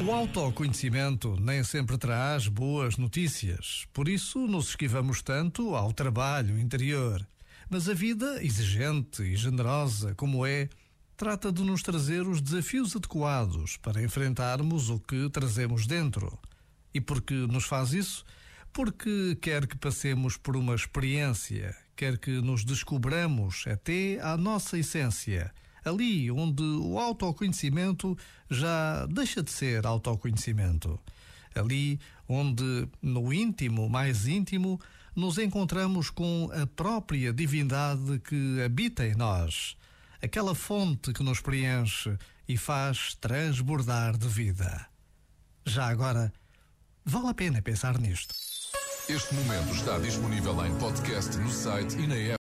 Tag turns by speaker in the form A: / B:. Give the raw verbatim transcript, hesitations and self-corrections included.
A: O autoconhecimento nem sempre traz boas notícias, por isso nos esquivamos tanto ao trabalho interior. Mas a vida, exigente e generosa como é, trata de nos trazer os desafios adequados para enfrentarmos o que trazemos dentro. E por que nos faz isso? Porque quer que passemos por uma experiência, quer que nos descobramos até à nossa essência, ali onde o autoconhecimento já deixa de ser autoconhecimento. Ali onde, no íntimo mais íntimo, nos encontramos com a própria divindade que habita em nós, aquela fonte que nos preenche e faz transbordar de vida. Já agora, vale a pena pensar nisto.
B: Este momento está disponível em podcast no site e na app.